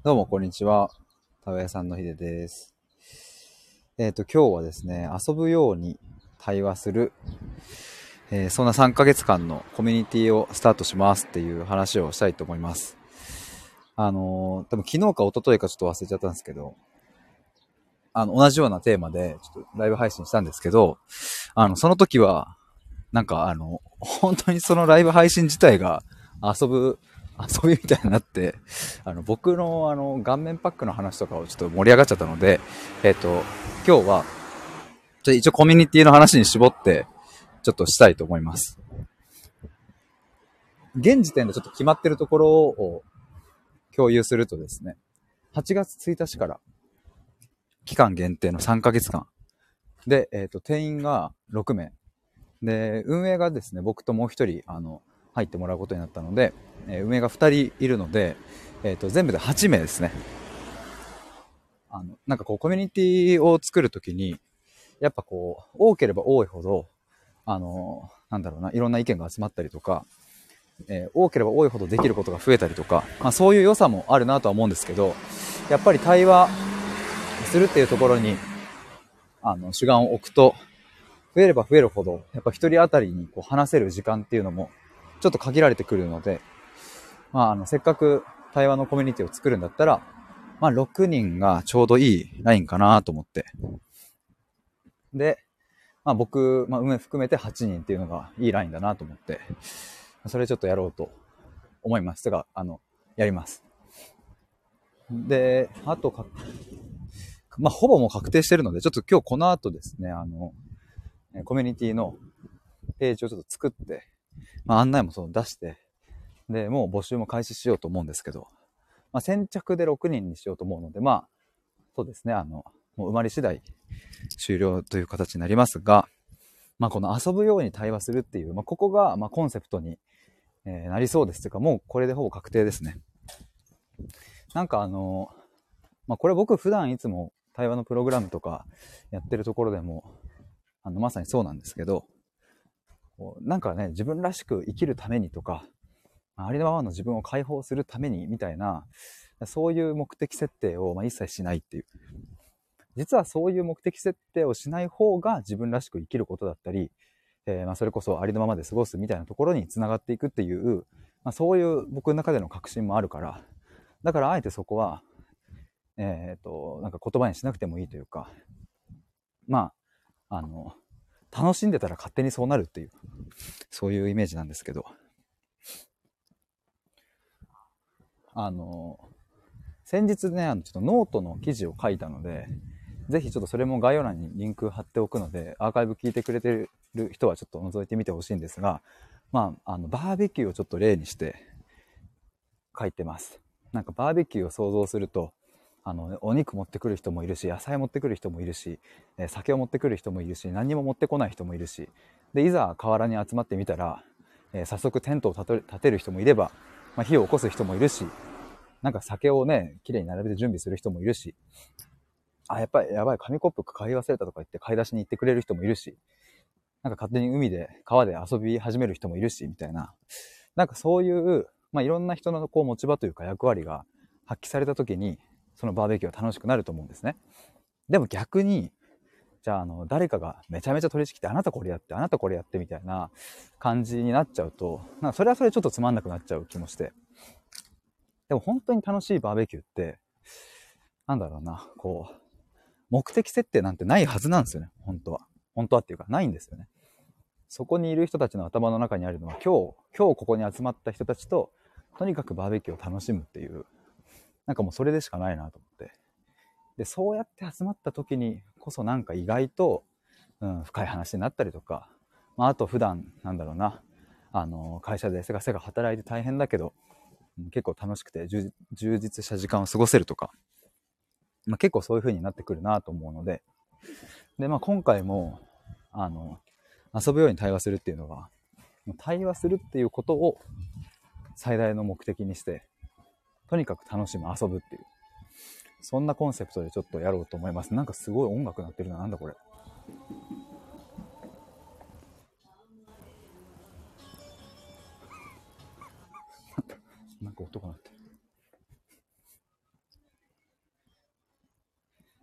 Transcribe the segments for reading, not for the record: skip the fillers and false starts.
どうも、こんにちは。たわやさんのひでです。今日はですね、遊ぶように対話する、そんな3ヶ月間のコミュニティをスタートしますっていう話をしたいと思います。多分昨日か一昨日かちょっと忘れちゃったんですけど、同じようなテーマで、ちょっとライブ配信したんですけど、その時は、本当にそのライブ配信自体が遊ぶ、遊びみたいになって、僕の顔面パックの話とかをちょっと盛り上がっちゃったので、今日は、一応コミュニティの話に絞って、ちょっとしたいと思います。現時点でちょっと決まってるところを共有するとですね、8月1日から期間限定の3ヶ月間で、定員が6名。で、運営がですね、僕ともう一人、入ってもらうことになったので、運営が2人いるので、全部で8名ですね。なんかこう、コミュニティを作るときに、やっぱこう、多ければ多いほど、なんだろうな、いろんな意見が集まったりとか、多ければ多いほどできることが増えたりとか、まあそういう良さもあるなとは思うんですけど、やっぱり対話するっていうところに、主眼を置くと、増えれば増えるほど、やっぱ一人当たりにこう話せる時間っていうのも、ちょっと限られてくるので、まあせっかく対話のコミュニティを作るんだったら、まあ6人がちょうどいいラインかなと思って。で、まあ僕、まあ運営含めて8人っていうのがいいラインだなと思って、それちょっとやろうと思います。が、やります。で、あとまあ、ほぼもう確定してるので、ちょっと今日この後ですね、コミュニティのページをちょっと作って、まあ、案内もその出して、で、もう募集も開始しようと思うんですけど、まあ、先着で6人にしようと思うので、まあ、そうですね、もう埋まり次第終了という形になりますが、まあ、この遊ぶように対話するっていう、まあ、ここが、まあ、コンセプトに、なりそうですというか、もうこれでほぼ確定ですね。なんかまあ、これ僕普段いつも対話のプログラムとかやってるところでも、まさにそうなんですけど、なんかね、自分らしく生きるためにとか、ありのままの自分を解放するためにみたいな、そういう目的設定を一切しないっていう。実はそういう目的設定をしない方が自分らしく生きることだったり、まあそれこそありのままで過ごすみたいなところにつながっていくっていう、まあ、そういう僕の中での確信もあるから、だからあえてそこは、なんか言葉にしなくてもいいというか、まあ、楽しんでたら勝手にそうなるっていう、そういうイメージなんですけど、あの、先日ね、ちょっとノートの記事を書いたので、ぜひちょっとそれも概要欄にリンク貼っておくので、アーカイブ聞いてくれてる人はちょっと覗いてみてほしいんですが、まあ、バーベキューをちょっと例にして書いてます。なんかバーベキューを想像すると、お肉持ってくる人もいるし、野菜持ってくる人もいるし、酒を持ってくる人もいるし、何にも持ってこない人もいるし、で、いざ河原に集まってみたら、早速テントを立てる人もいれば、まあ、火を起こす人もいるし、なんか酒をね、綺麗に並べて準備する人もいるし、あ、やっぱりやばい、紙コップ買い忘れたとか言って買い出しに行ってくれる人もいるし、なんか勝手に海で、川で遊び始める人もいるし、みたいな。なんかそういう、まあ、いろんな人のこう持ち場というか役割が発揮された時に、そのバーベキューは楽しくなると思うんですね。でも逆に、じゃあ誰かがめちゃめちゃ取り仕切って、あなたこれやって、あなたこれやってみたいな感じになっちゃうと、なんかそれはそれちょっとつまんなくなっちゃう気もして。でも本当に楽しいバーベキューって、なんだろうな、こう、目的設定なんてないはずなんですよね、本当は。本当はっていうか、ないんですよね。そこにいる人たちの頭の中にあるのは、今日ここに集まった人たちと、とにかくバーベキューを楽しむっていう、なんかもうそれでしかないなと思って。で、そうやって集まった時にこそなんか意外と、深い話になったりとか、まあ、あと普段、なんだろうな、会社でせかせか働いて大変だけど、結構楽しくて充実した時間を過ごせるとか、まあ、結構そういう風になってくるなと思うので、で、まあ今回も、あの、遊ぶように対話するっていうのは、対話するっていうことを最大の目的にして、とにかく楽しむ、遊ぶっていう。そんなコンセプトでちょっとやろうと思います。なんかすごい音楽鳴ってるな。なんだこれ。なんか音が鳴ってる。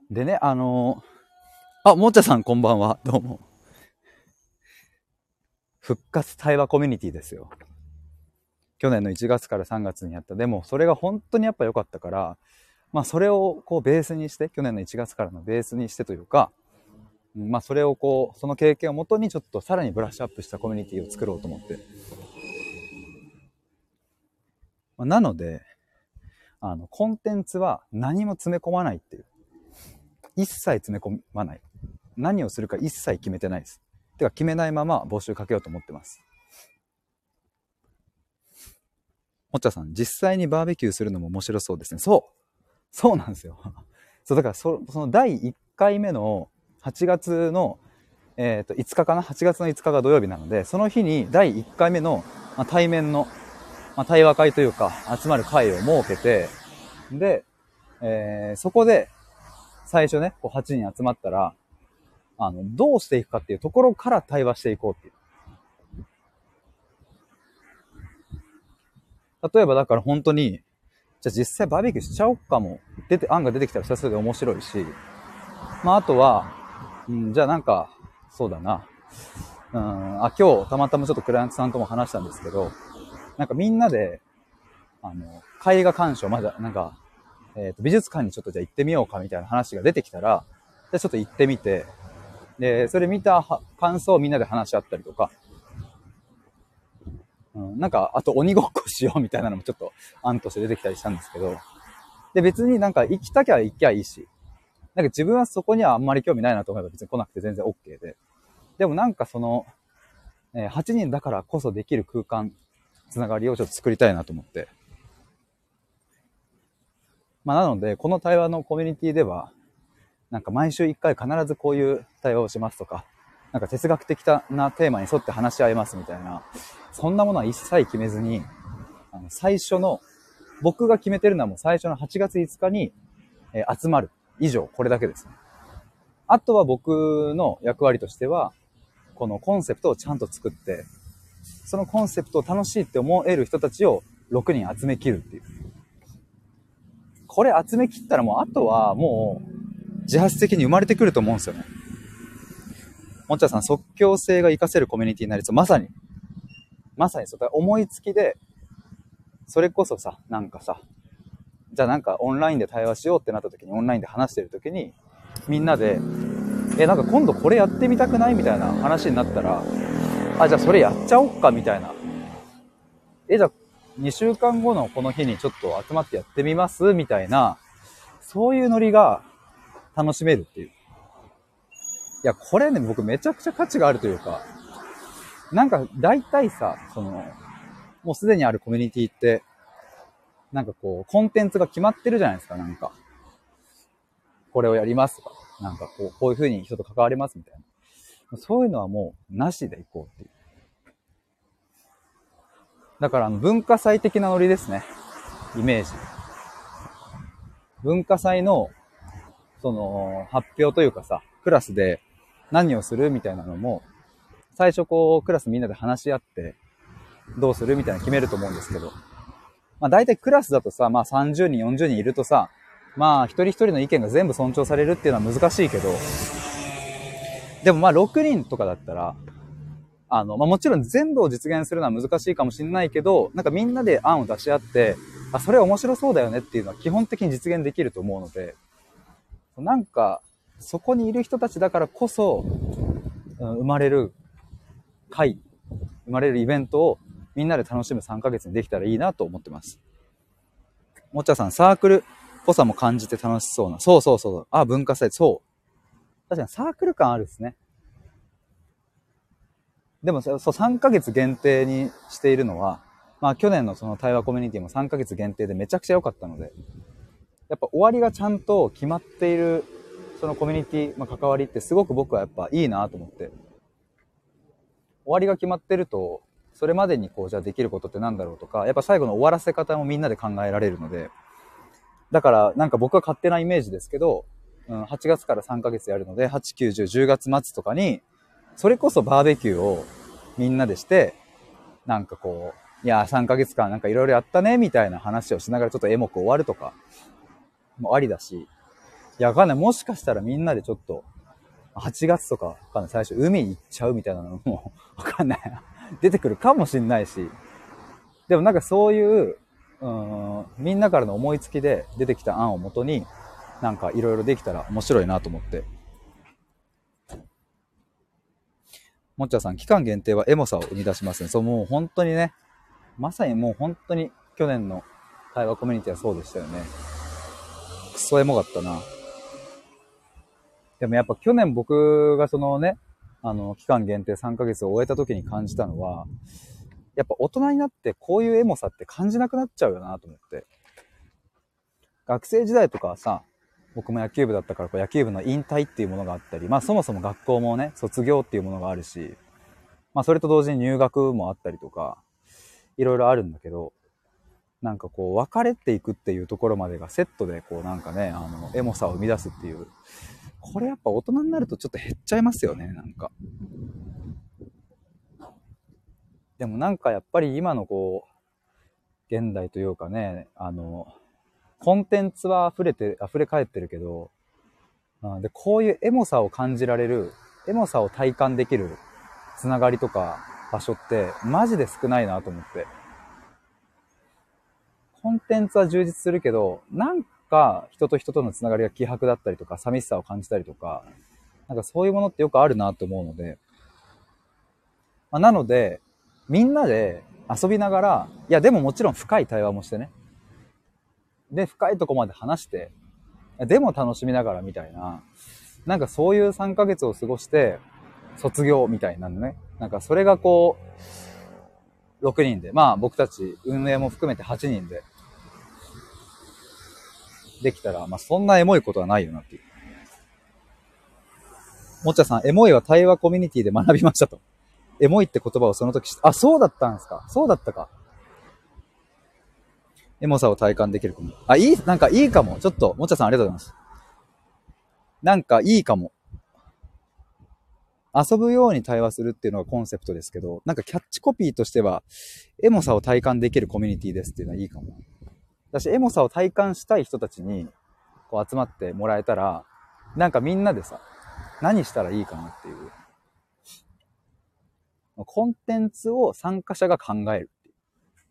でね、もっちゃさんこんばんは。どうも。復活対話コミュニティですよ。去年の1月から3月にやった。でも、それが本当にやっぱ良かったから、まあ、それをこうベースにして、去年の1月からのベースにしてというか、まあ、それをこう、その経験をもとにちょっとさらにブラッシュアップしたコミュニティを作ろうと思って。まあ、なので、コンテンツは何も詰め込まないっていう。一切詰め込まない。何をするか一切決めてないです。てか決めないまま募集かけようと思ってます。もっちゃさん、実際にバーベキューするのも面白そうですね。そうなんですよ。そう、だからその第1回目の8月の、5日かな ?8 月の5日が土曜日なので、その日に第1回目の、対面の、対話会というか、集まる会を設けて、で、そこで、最初ね、こう8人集まったら、どうしていくかっていうところから対話していこうっていう。例えばだから本当に、じゃあ実際バーベキューしちゃおうかも。案が出てきたらそれで面白いし、あとは、じゃあなんか、そうだな。今日たまたまちょっとクライアントさんとも話したんですけど、なんかみんなで、絵画鑑賞、まだなんか、美術館にちょっとじゃあ行ってみようかみたいな話が出てきたら、じゃあちょっと行ってみて、で、それ見た感想をみんなで話し合ったりとか、なんか、あと鬼ごっこしようみたいなのもちょっと案として出てきたりしたんですけど、で、別になんか行きたきゃ行きゃいいし、なんか自分はそこにはあんまり興味ないなと思えば別に来なくて全然 OK で。でもなんかその、8人だからこそできる空間、つながりをちょっと作りたいなと思って。なので、この対話のコミュニティでは、なんか毎週1回必ずこういう対話をしますとか、なんか哲学的なテーマに沿って話し合いますみたいな、そんなものは一切決めずに、最初の、僕が決めてるのはもう最初の8月5日に、集まる。以上、これだけですね。あとは僕の役割としては、このコンセプトをちゃんと作って、そのコンセプトを楽しいって思える人たちを6人集めきるっていう。これ集めきったらもうあとはもう自発的に生まれてくると思うんですよね。もっちゃさん、即興性が活かせるコミュニティになりそう。まさにそうだ。思いつきで、それこそさ、なんかさ、じゃあなんかオンラインで対話しようってなった時に、オンラインで話してる時に、みんなで、なんか今度これやってみたくないみたいな話になったら、じゃあそれやっちゃおっかみたいな。じゃあ2週間後のこの日にちょっと集まってやってみますみたいな、そういうノリが楽しめるっていう。いや、これね、僕めちゃくちゃ価値があるというか、なんか大体さ、もうすでにあるコミュニティって、なんかこう、コンテンツが決まってるじゃないですか、なんか。これをやりますとか、なんかこういう風に人と関わりますみたいな。そういうのはもう、なしでいこうっていう。だから文化祭的なノリですね。イメージ。文化祭の、発表というかさ、クラスで何をするみたいなのも、最初こう、クラスみんなで話し合って、どうするみたいな決めると思うんですけど。大体クラスだとさ、30人、40人いるとさ、一人一人の意見が全部尊重されるっていうのは難しいけど、でも6人とかだったら、もちろん全部を実現するのは難しいかもしれないけど、なんかみんなで案を出し合って、それ面白そうだよねっていうのは基本的に実現できると思うので、なんか、そこにいる人たちだからこそ、生まれる生まれるイベントをみんなで楽しむ3ヶ月にできたらいいなと思ってます。もっちゃさん、サークルっぽさも感じて楽しそうな。そう。文化祭、そう。確かにサークル感あるですね。でも3ヶ月限定にしているのは、去年のその対話コミュニティも3ヶ月限定でめちゃくちゃ良かったので、やっぱ終わりがちゃんと決まっている、そのコミュニティ、関わりってすごく僕はやっぱいいなと思って。終わりが決まってると、それまでにじゃあできることってなんだろうとか、やっぱ最後の終わらせ方もみんなで考えられるので、だからなんか僕は勝手なイメージですけど、8月から3ヶ月やるので、8、9、10、10月末とかに、それこそバーベキューをみんなでして、なんかいや、3ヶ月間なんかいろいろやったね、みたいな話をしながらちょっとエモく終わるとか、もありだし、 いや、わかんない。もしかしたらみんなでちょっと、8月とか、わかんない。最初、海に行っちゃうみたいなのも、わかんない。出てくるかもしんないし。でもなんかそういう、みんなからの思いつきで出てきた案をもとに、なんかいろいろできたら面白いなと思って。もっちゃさん、期間限定はエモさを生み出しますね。そう、もう本当にね、まさにもう本当に去年の対話コミュニティはそうでしたよね。クソエモかったな。でもやっぱ去年僕がそのね、期間限定3ヶ月を終えた時に感じたのは、やっぱ大人になってこういうエモさって感じなくなっちゃうよなと思って。学生時代とかはさ、僕も野球部だったから野球部の引退っていうものがあったり、まあそもそも学校もね、卒業っていうものがあるし、まあそれと同時に入学もあったりとか、いろいろあるんだけど、なんかこう別れていくっていうところまでがセットでこうなんかね、エモさを生み出すっていう、これやっぱ大人になるとちょっと減っちゃいますよね、なんか。でもなんかやっぱり今のこう、現代というかね、コンテンツは溢れ返ってるけど、で、こういうエモさを感じられる、エモさを体感できるつながりとか場所ってマジで少ないなと思って。コンテンツは充実するけど、なんか人と人とのつながりが希薄だったりとか、寂しさを感じたりとか、なんかそういうものってよくあるなと思うので、なので、みんなで遊びながら、いやでももちろん深い対話もしてね。で、深いとこまで話して、でも楽しみながらみたいな、なんかそういう3ヶ月を過ごして、卒業みたいなのね。なんかそれがこう、6人で、まあ僕たち運営も含めて8人でできたら、まあそんなエモいことはないよなっていう。もっちゃさん、エモいは対話コミュニティで学びましたと。エモいって言葉をその時あ、そうだったんですか。そうだったか。エモさを体感できるかも。あ、なんかいいかも。ちょっと、もっちゃさんありがとうございます。なんかいいかも。遊ぶように対話するっていうのがコンセプトですけど、なんかキャッチコピーとしては、エモさを体感できるコミュニティですっていうのはいいかも。だし、エモさを体感したい人たちに、こう集まってもらえたら、なんかみんなでさ、何したらいいかなっていう。コンテンツを参加者が考えるっていう。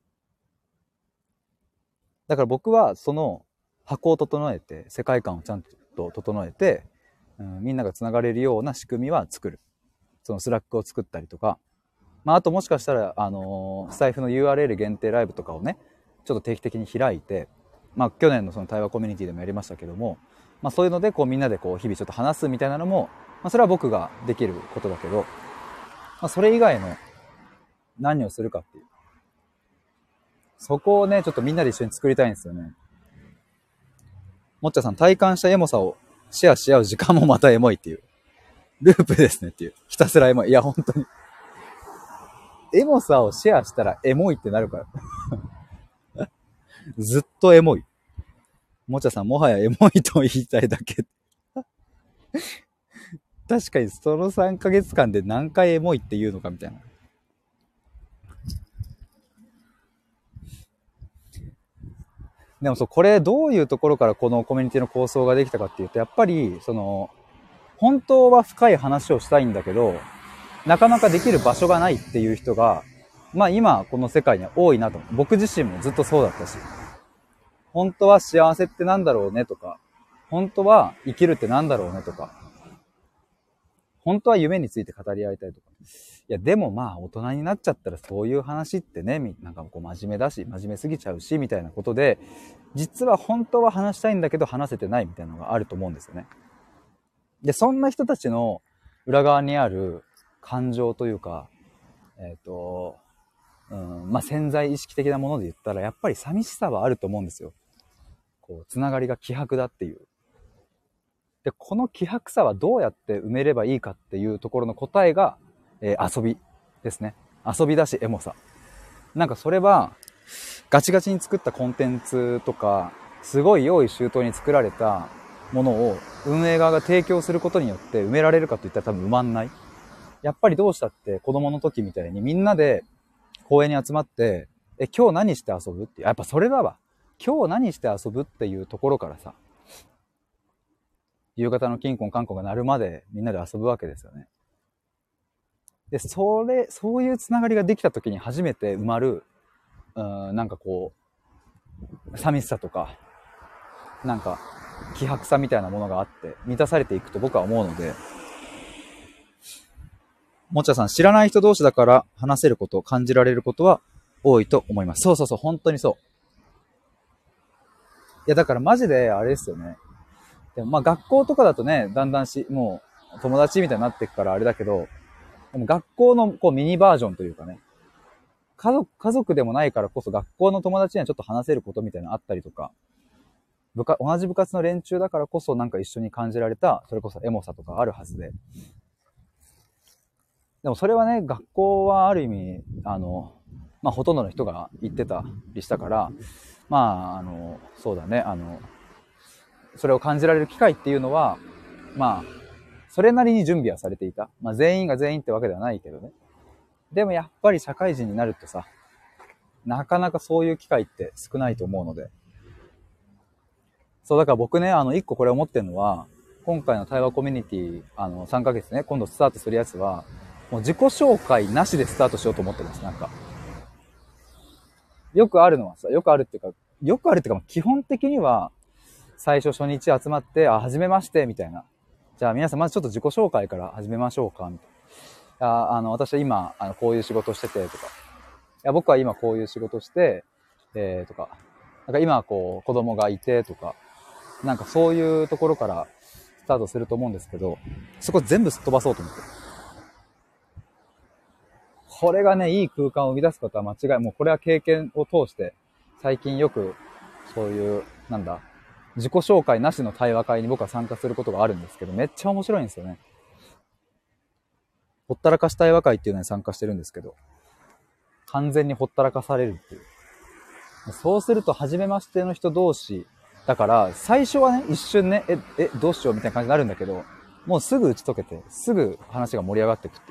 だから僕はその箱を整えて、世界観をちゃんと整えて、みんながつながれるような仕組みは作る。そのスラックを作ったりとか、まあ、あともしかしたら、スタイフの URL 限定ライブとかをね、ちょっと定期的に開いて、まあ、去年のその対話コミュニティでもやりましたけども、まあ、そういうので、こう、みんなでこう、日々ちょっと話すみたいなのも、まあ、それは僕ができることだけど、まあ、それ以外の何をするかっていう。そこをね、ちょっとみんなで一緒に作りたいんですよね。もっちゃさん、体感したエモさをシェアし合う時間もまたエモいっていう。ループですねっていう。ひたすらエモい。いや、本当に。エモさをシェアしたらエモいってなるから。ずっとエモい。もちゃさん、もはやエモいと言いたいだけ。確かにその3ヶ月間で何回エモいって言うのかみたいな。でもそう、これどういうところからこのコミュニティの構想ができたかっていうと、やっぱり、本当は深い話をしたいんだけど、なかなかできる場所がないっていう人が、まあ今この世界には多いなと。僕自身もずっとそうだったし、本当は幸せってなんだろうねとか、本当は生きるってなんだろうねとか、本当は夢について語り合いたいとか。いや、でもまあ大人になっちゃったらそういう話ってね、なんかこう真面目だし、真面目すぎちゃうし、みたいなことで、実は本当は話したいんだけど話せてないみたいなのがあると思うんですよね。で、そんな人たちの裏側にある感情というか、まあ、潜在意識的なもので言ったら、やっぱり寂しさはあると思うんですよ。こう、つながりが希薄だっていう。で、この希薄さはどうやって埋めればいいかっていうところの答えが、遊びですね。遊びだし、エモさ。なんかそれは、ガチガチに作ったコンテンツとか、すごい用意周到に作られたものを運営側が提供することによって埋められるかといったら多分埋まんない。やっぱりどうしたって子供の時みたいにみんなで公園に集まって、今日何して遊ぶって、やっぱそれだわ。今日何して遊ぶっていうところからさ、 夕方のキンコンカンコンが鳴るまでみんなで遊ぶわけですよね。で、そういうつながりができた時に初めて埋まる、なんかこう、寂しさとか、なんか、希薄さみたいなものがあって、満たされていくと僕は思うので、もちゃさん、知らない人同士だから話せること、感じられることは多いと思います。そうそうそう、本当にそう。いや、だからマジであれですよね。でもまあ学校とかだとね、だんだんもう友達みたいになっていくからあれだけど、でも学校のこうミニバージョンというかね、家族でもないからこそ学校の友達にはちょっと話せることみたいなのあったりとか、同じ部活の連中だからこそなんか一緒に感じられた、それこそエモさとかあるはずで。でもそれはね、学校はある意味、まあほとんどの人が行ってたりしたから、まあ、そうだね、それを感じられる機会っていうのは、まあ、それなりに準備はされていた。まあ全員が全員ってわけではないけどね。でもやっぱり社会人になるとさ、なかなかそういう機会って少ないと思うので。そう、だから僕ね、一個これ思ってるのは、今回の対話コミュニティ、3ヶ月ね、今度スタートするやつは、もう自己紹介なしでスタートしようと思ってます、なんか。よくあるのはさ、よくあるっていうか、基本的には、最初初日集まって、あ、はじめまして、みたいな。じゃあ皆さん、まずちょっと自己紹介から始めましょうか、みたいな。私は今、こういう仕事してて、とか。いや、僕は今こういう仕事して、とか。なんか今、こう、子供がいて、とか。なんかそういうところからスタートすると思うんですけど、そこ全部すっ飛ばそうと思って。これがね、いい空間を生み出すことは間違い、もうこれは経験を通して、最近よく、そういう、なんだ、自己紹介なしの対話会に僕は参加することがあるんですけど、めっちゃ面白いんですよね。ほったらかし対話会っていうのに参加してるんですけど、完全にほったらかされるっていう。そうすると、初めましての人同士、だから、最初はね、一瞬ね、どうしようみたいな感じになるんだけど、もうすぐ打ち解けて、すぐ話が盛り上がっていくっていう。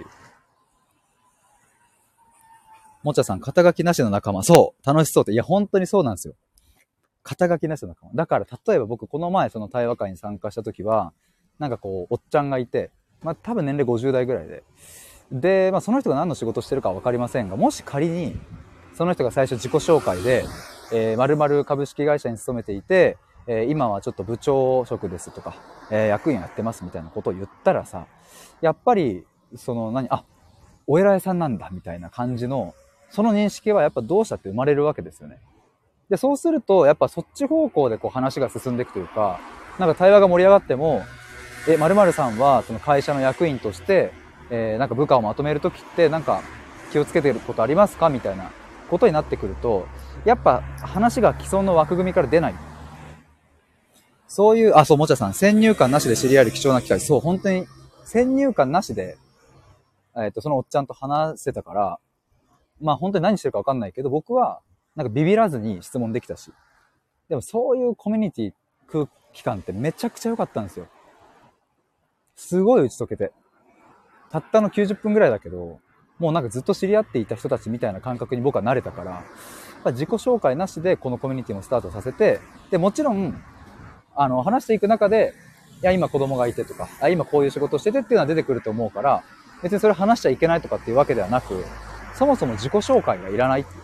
もちゃさん、肩書きなしの仲間。そう。楽しそうって。いや、本当にそうなんですよ。肩書きなしの仲間。だから、例えば僕、この前その対話会に参加した時は、なんかこう、おっちゃんがいて、まあ多分年齢50代ぐらいで。で、まあその人が何の仕事してるかはわかりませんが、もし仮に、その人が最初自己紹介で、〇〇株式会社に勤めていて、今はちょっと部長職ですとか、役員やってますみたいなことを言ったらさ、やっぱり、お偉いさんなんだみたいな感じの、その認識はやっぱどうしたって生まれるわけですよね。で、そうすると、やっぱそっち方向でこう話が進んでいくというか、なんか対話が盛り上がっても、〇〇さんはその会社の役員として、なんか部下をまとめるときって、なんか気をつけてることありますかみたいなことになってくると、やっぱ話が既存の枠組みから出ない。そういう、そう、もちゃさん、先入観なしで知り合える貴重な機会。そう、本当に、先入観なしで、そのおっちゃんと話せたから、まあ本当に何してるか分かんないけど、僕はなんかビビらずに質問できたし。でもそういうコミュニティ空気感ってめちゃくちゃ良かったんですよ。すごい打ち解けて。たったの90分ぐらいだけど、もうなんかずっと知り合っていた人たちみたいな感覚に僕は慣れたから、自己紹介なしでこのコミュニティもスタートさせて、で、もちろん、話していく中で、いや、今子供がいてとか、今こういう仕事しててっていうのは出てくると思うから、別にそれ話しちゃいけないとかっていうわけではなく、そもそも自己紹介がいらないっていう。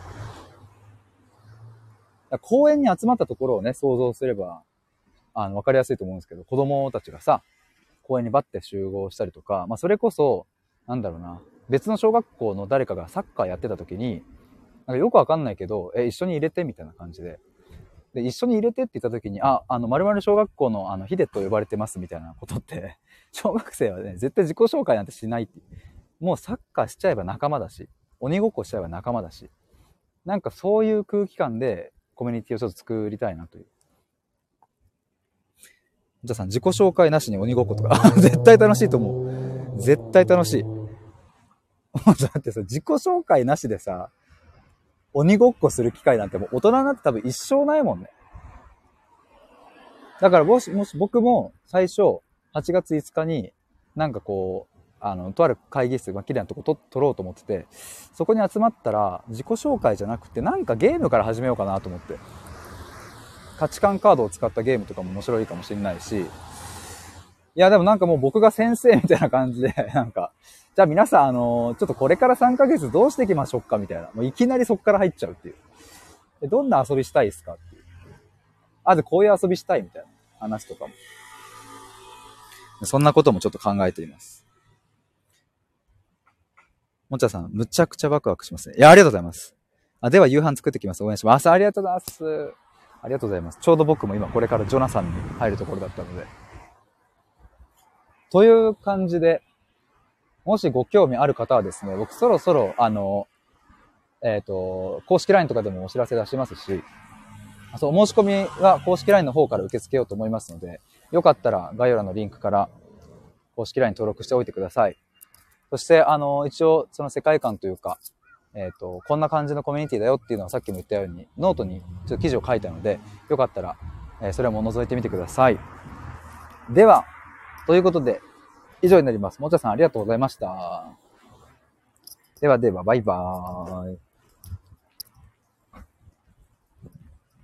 公園に集まったところをね、想像すれば、わかりやすいと思うんですけど、子供たちがさ、公園にバッて集合したりとか、まあそれこそ、なんだろうな、別の小学校の誰かがサッカーやってた時に、なんかよくわかんないけど、一緒に入れてみたいな感じで。で、一緒に入れてって言った時に、〇〇小学校のヒデと呼ばれてますみたいなことって、小学生はね、絶対自己紹介なんてしないって。もうサッカーしちゃえば仲間だし、鬼ごっこしちゃえば仲間だし、なんかそういう空気感でコミュニティをちょっと作りたいなという。じゃあさん、自己紹介なしに鬼ごっことか、絶対楽しいと思う。絶対楽しい。だってさ、自己紹介なしでさ、鬼ごっこする機会なんてもう大人になって多分一生ないもんね。だからもし僕も最初8月5日になんかこう、とある会議室、綺麗なとこ取ろうと思ってて、そこに集まったら自己紹介じゃなくてなんかゲームから始めようかなと思って。価値観カードを使ったゲームとかも面白いかもしれないし、 いや、でもなんかもう僕が先生みたいな感じで、なんか、じゃあ皆さん、ちょっとこれから3ヶ月どうしていきましょうかみたいな。もういきなりそこから入っちゃうっていう。どんな遊びしたいですかっていう。あ、で、こういう遊びしたいみたいな話とかも。そんなこともちょっと考えています。もちゃさん、むちゃくちゃワクワクしますね。いや、ありがとうございます。あ、では夕飯作ってきます。応援します。ありがとうございます。ありがとうございます。ちょうど僕も今これからジョナサンに入るところだったので。という感じで、もしご興味ある方はですね、僕そろそろ、公式 LINE とかでもお知らせ出しますし、そう、お申し込みは公式 LINE の方から受け付けようと思いますので、よかったら概要欄のリンクから公式 LINE 登録しておいてください。そして、一応、その世界観というか、こんな感じのコミュニティだよっていうのはさっきも言ったように、ノートにちょっと記事を書いたので、よかったら、それも覗いてみてください。では、ということで、以上になります。もちゃさんありがとうございました。ではでは、バイバーイ。